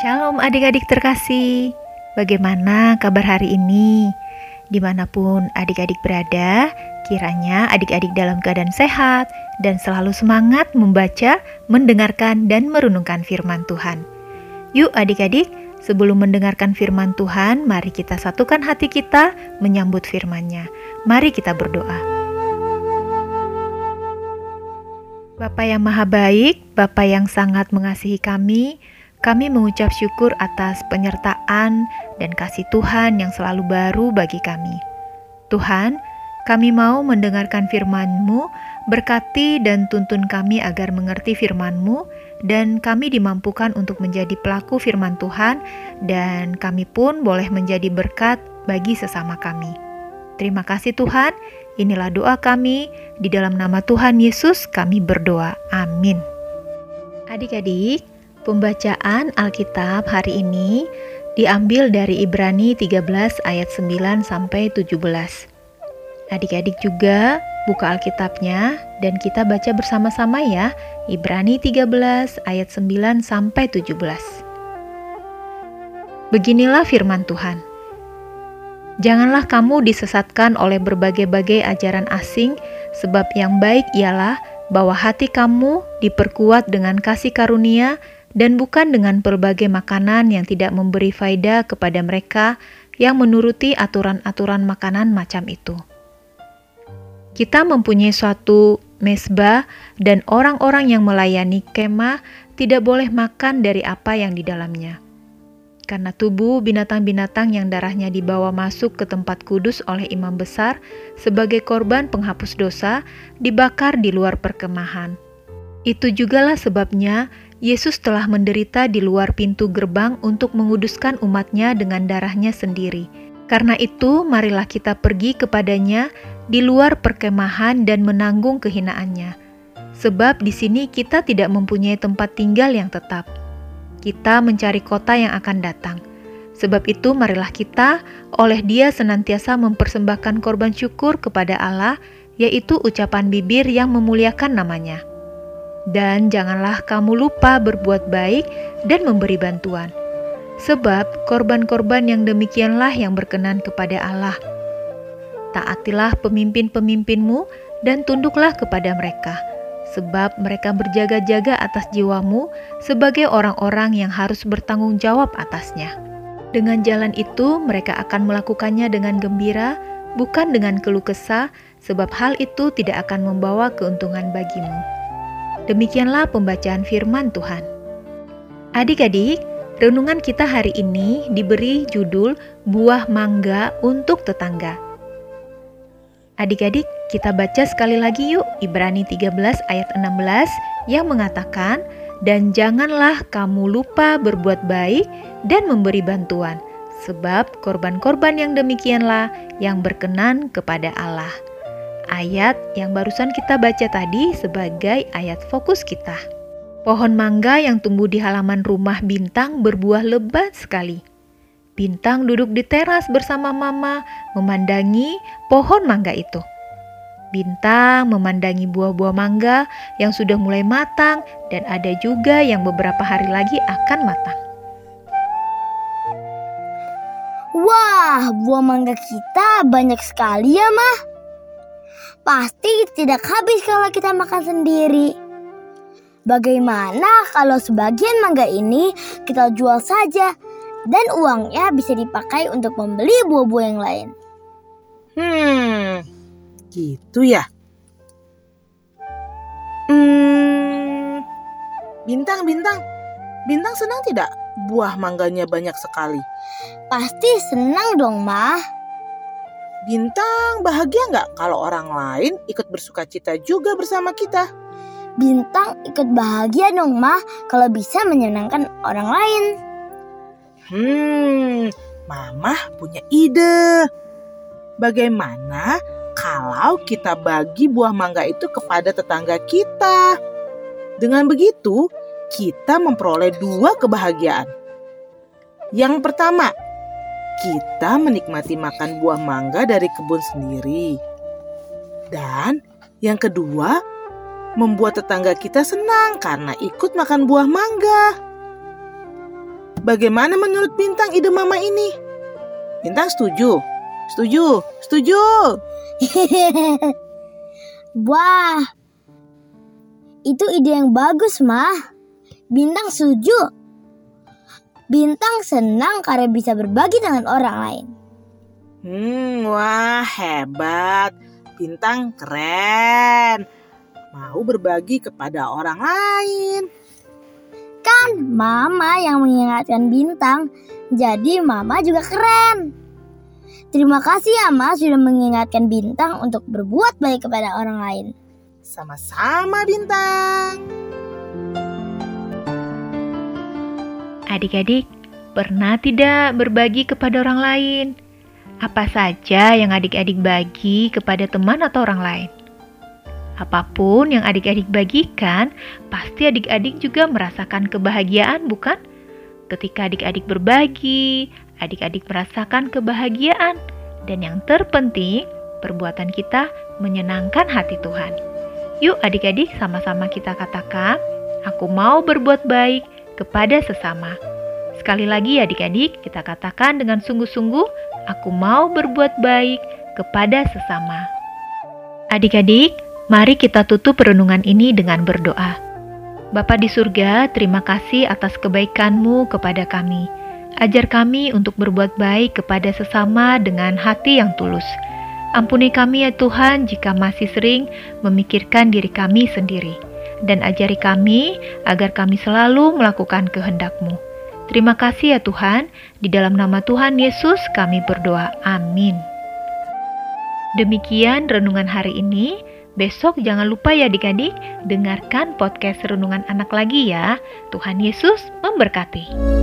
Shalom adik-adik terkasih, bagaimana kabar hari ini? Dimanapun adik-adik berada, kiranya adik-adik dalam keadaan sehat dan selalu semangat membaca, mendengarkan, dan merenungkan firman Tuhan. Yuk adik-adik, sebelum mendengarkan firman Tuhan, mari kita satukan hati kita menyambut firman-Nya. Mari kita berdoa. Bapa yang Maha Baik, Bapa yang sangat mengasihi kami mengucap syukur atas penyertaan dan kasih Tuhan yang selalu baru bagi kami. Tuhan, kami mau mendengarkan firman-Mu, berkati dan tuntun kami agar mengerti firman-Mu, dan kami dimampukan untuk menjadi pelaku firman Tuhan, dan kami pun boleh menjadi berkat bagi sesama kami. Terima kasih Tuhan, inilah doa kami, di dalam nama Tuhan Yesus kami berdoa, amin. Adik-adik, pembacaan Alkitab hari ini diambil dari Ibrani 13 ayat 9 sampai 17. Adik-adik juga buka Alkitabnya dan kita baca bersama-sama ya, Ibrani 13 ayat 9 sampai 17. Beginilah firman Tuhan. Janganlah kamu disesatkan oleh berbagai-bagai ajaran asing, sebab yang baik ialah bahwa hati kamu diperkuat dengan kasih karunia dan bukan dengan berbagai makanan yang tidak memberi faedah kepada mereka yang menuruti aturan-aturan makanan macam itu. Kita mempunyai suatu mezbah dan orang-orang yang melayani kemah tidak boleh makan dari apa yang di dalamnya. Karena tubuh binatang-binatang yang darahnya dibawa masuk ke tempat kudus oleh imam besar sebagai korban penghapus dosa dibakar di luar perkemahan. Itu jugalah sebabnya Yesus telah menderita di luar pintu gerbang untuk menguduskan umatnya dengan darahnya sendiri. Karena itu, marilah kita pergi kepadanya di luar perkemahan dan menanggung kehinaannya. Sebab di sini kita tidak mempunyai tempat tinggal yang tetap. Kita mencari kota yang akan datang. Sebab itu, marilah kita oleh Dia senantiasa mempersembahkan korban syukur kepada Allah, yaitu ucapan bibir yang memuliakan namanya. Dan janganlah kamu lupa berbuat baik dan memberi bantuan. Sebab korban-korban yang demikianlah yang berkenan kepada Allah. Taatilah pemimpin-pemimpinmu dan tunduklah kepada mereka. Sebab mereka berjaga-jaga atas jiwamu sebagai orang-orang yang harus bertanggung jawab atasnya. Dengan jalan itu mereka akan melakukannya dengan gembira, bukan dengan keluh kesah, sebab hal itu tidak akan membawa keuntungan bagimu. Demikianlah pembacaan firman Tuhan. Adik-adik, renungan kita hari ini diberi judul Buah Mangga untuk Tetangga. Adik-adik, kita baca sekali lagi yuk Ibrani 13 ayat 16 yang mengatakan, "Dan janganlah kamu lupa berbuat baik dan memberi bantuan, sebab korban-korban yang demikianlah yang berkenan kepada Allah." Ayat yang barusan kita baca tadi sebagai ayat fokus kita. Pohon mangga yang tumbuh di halaman rumah Bintang berbuah lebat sekali. Bintang duduk di teras bersama Mama memandangi pohon mangga itu. Bintang memandangi buah-buah mangga yang sudah mulai matang dan ada juga yang beberapa hari lagi akan matang. Wah, buah mangga kita banyak sekali ya, Mah. Pasti tidak habis kalau kita makan sendiri. Bagaimana kalau sebagian mangga ini kita jual saja dan uangnya bisa dipakai untuk membeli buah-buah yang lain? Gitu ya. Bintang senang tidak buah mangganya banyak sekali? Pasti senang dong, Mah. Bintang bahagia nggak kalau orang lain ikut bersuka cita juga bersama kita? Bintang ikut bahagia dong, Mah, kalau bisa menyenangkan orang lain. Mama punya ide. Bagaimana kalau kita bagi buah mangga itu kepada tetangga kita? Dengan begitu, kita memperoleh 2 kebahagiaan. Yang pertama, kita menikmati makan buah mangga dari kebun sendiri. Dan yang kedua, membuat tetangga kita senang karena ikut makan buah mangga. Bagaimana menurut Bintang ide Mama ini? Bintang setuju? Setuju? Setuju? Wah, itu ide yang bagus, Mah. Bintang setuju. Bintang senang karena bisa berbagi dengan orang lain. Wah, hebat. Bintang keren. Mau berbagi kepada orang lain. Kan Mama yang mengingatkan Bintang, jadi Mama juga keren. Terima kasih ya, Ma, sudah mengingatkan Bintang untuk berbuat baik kepada orang lain. Sama-sama, Bintang. Adik-adik, pernah tidak berbagi kepada orang lain? Apa saja yang adik-adik bagi kepada teman atau orang lain? Apapun yang adik-adik bagikan, pasti adik-adik juga merasakan kebahagiaan, bukan? Ketika adik-adik berbagi, adik-adik merasakan kebahagiaan. Dan yang terpenting, perbuatan kita menyenangkan hati Tuhan. Yuk adik-adik sama-sama kita katakan, aku mau berbuat baik kepada sesama. Sekali lagi adik-adik, kita katakan dengan sungguh-sungguh, aku mau berbuat baik kepada sesama. Adik-adik, mari kita tutup renungan ini dengan berdoa. Bapa di surga, terima kasih atas kebaikan-Mu kepada kami. Ajar kami untuk berbuat baik kepada sesama dengan hati yang tulus. Ampuni kami ya Tuhan jika masih sering memikirkan diri kami sendiri. Dan ajari kami agar kami selalu melakukan kehendak-Mu. Terima kasih ya Tuhan, di dalam nama Tuhan Yesus kami berdoa. Amin. Demikian renungan hari ini. Besok jangan lupa ya adik-adik, dengarkan podcast Renungan Anak lagi ya. Tuhan Yesus memberkati.